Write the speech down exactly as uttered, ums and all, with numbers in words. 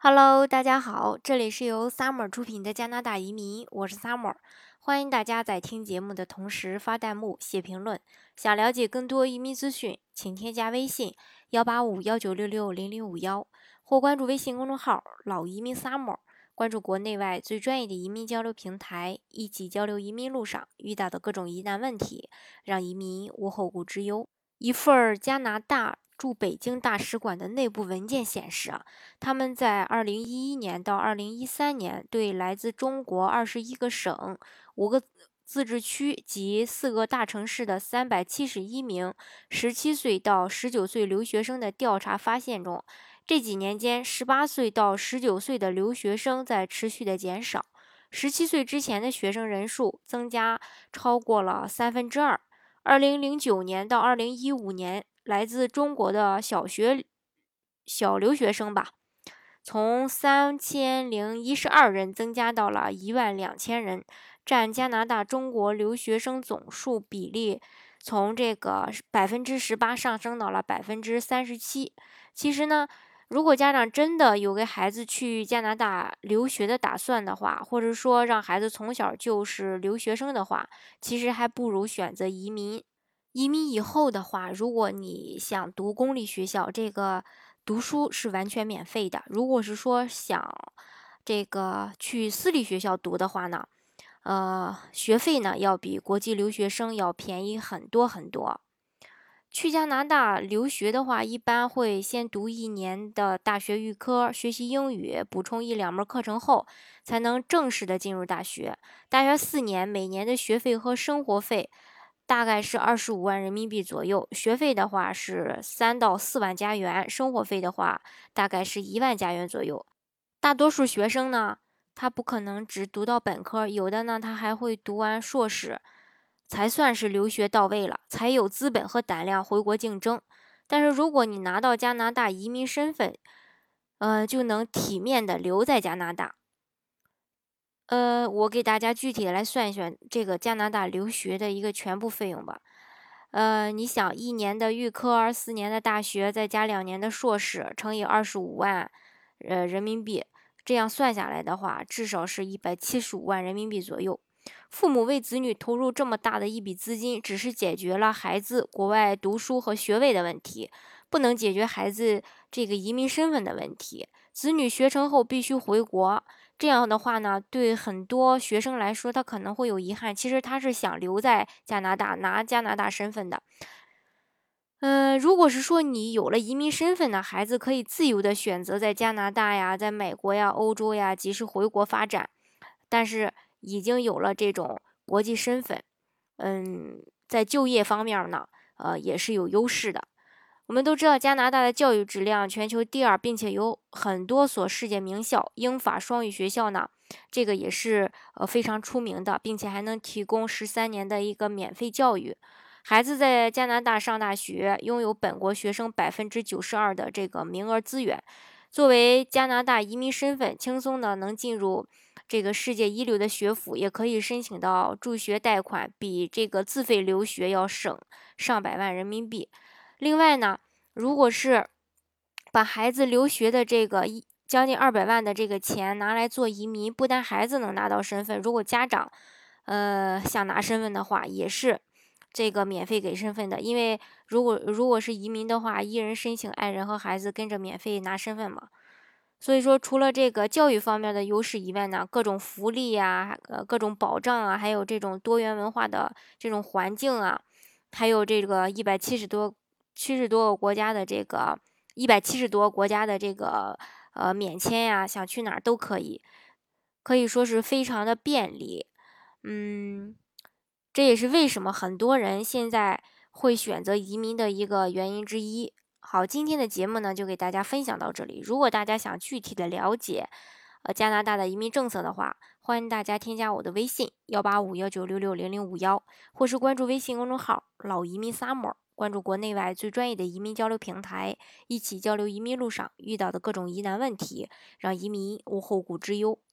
Hello，大家好，这里是由 Summer 出品的加拿大移民，我是 Summer，欢迎大家在听节目的同时发弹幕、写评论。想了解更多移民资讯，请添加微信幺八五幺九六六零零五幺，或关注微信公众号老移民 Summer，关注国内外最专业的移民交流平台，一起交流移民路上遇到的各种疑难问题，让移民无后顾之忧。一份加拿大驻北京大使馆的内部文件显示啊，他们在二零一一年到二零一三年对来自中国二十一个省、五个自治区及四个大城市的三百七十一名十七岁到十九岁留学生的调查发现中，这几年间，十八岁到十九岁的留学生在持续的减少，十七岁之前的学生人数增加超过了三分之二。二零零九年到二零一五年，来自中国的小学小留学生吧，从三千零一十二人增加到了一万两千人，占加拿大中国留学生总数比例从这个百分之十八上升到了百分之三十七。其实呢，如果家长真的有给孩子去加拿大留学的打算的话，或者说让孩子从小就是留学生的话，其实还不如选择移民。移民以后的话，如果你想读公立学校，这个读书是完全免费的。如果是说想这个去私立学校读的话呢，呃，学费呢要比国际留学生要便宜很多很多。去加拿大留学的话，一般会先读一年的大学预科，学习英语，补充一两门课程后，才能正式的进入大学。大学四年，每年的学费和生活费大概是二十五万人民币左右。学费的话是三到四万加元，生活费的话大概是一万加元左右。大多数学生呢，他不可能只读到本科，有的呢他还会读完硕士，才算是留学到位了，才有资本和胆量回国竞争。但是如果你拿到加拿大移民身份，呃，就能体面的留在加拿大。呃，我给大家具体的来算一算这个加拿大留学的一个全部费用吧。呃，你想一年的预科，四年的大学，再加两年的硕士，乘以二十五万，呃，人民币，这样算下来的话，至少是一百七十五万人民币左右。父母为子女投入这么大的一笔资金，只是解决了孩子国外读书和学位的问题，不能解决孩子这个移民身份的问题。子女学成后必须回国，这样的话呢，对很多学生来说，他可能会有遗憾。其实他是想留在加拿大拿加拿大身份的。呃，如果是说你有了移民身份呢，孩子可以自由的选择在加拿大呀、在美国呀、欧洲呀，及时回国发展。但是已经有了这种国际身份，嗯，在就业方面呢，呃，也是有优势的。我们都知道加拿大的教育质量全球第二，并且有很多所世界名校，英法双语学校呢，这个也是呃非常出名的，并且还能提供十三年的一个免费教育。孩子在加拿大上大学，拥有本国学生百分之九十二的这个名额资源。作为加拿大移民身份，轻松的能进入这个世界一流的学府，也可以申请到助学贷款，比这个自费留学要省上百万人民币。另外呢，如果是把孩子留学的这个一将近二百万的这个钱拿来做移民，不但孩子能拿到身份，如果家长呃想拿身份的话，也是这个免费给身份的。因为如果如果是移民的话，一人申请，爱人和孩子跟着免费拿身份嘛。所以说，除了这个教育方面的优势以外呢，各种福利呀、呃，各种保障啊，还有这种多元文化的这种环境啊，还有这个一百七十多、七十多个国家的这个一百七十多国家的这个呃免签呀，想去哪儿都可以，可以说是非常的便利。嗯，这也是为什么很多人现在会选择移民的一个原因之一。好，今天的节目呢就给大家分享到这里。如果大家想具体的了解，呃加拿大的移民政策的话，欢迎大家添加我的微信幺八五幺九六六零零五幺，或是关注微信公众号老移民 summer，关注国内外最专业的移民交流平台，一起交流移民路上遇到的各种疑难问题，让移民无后顾之忧。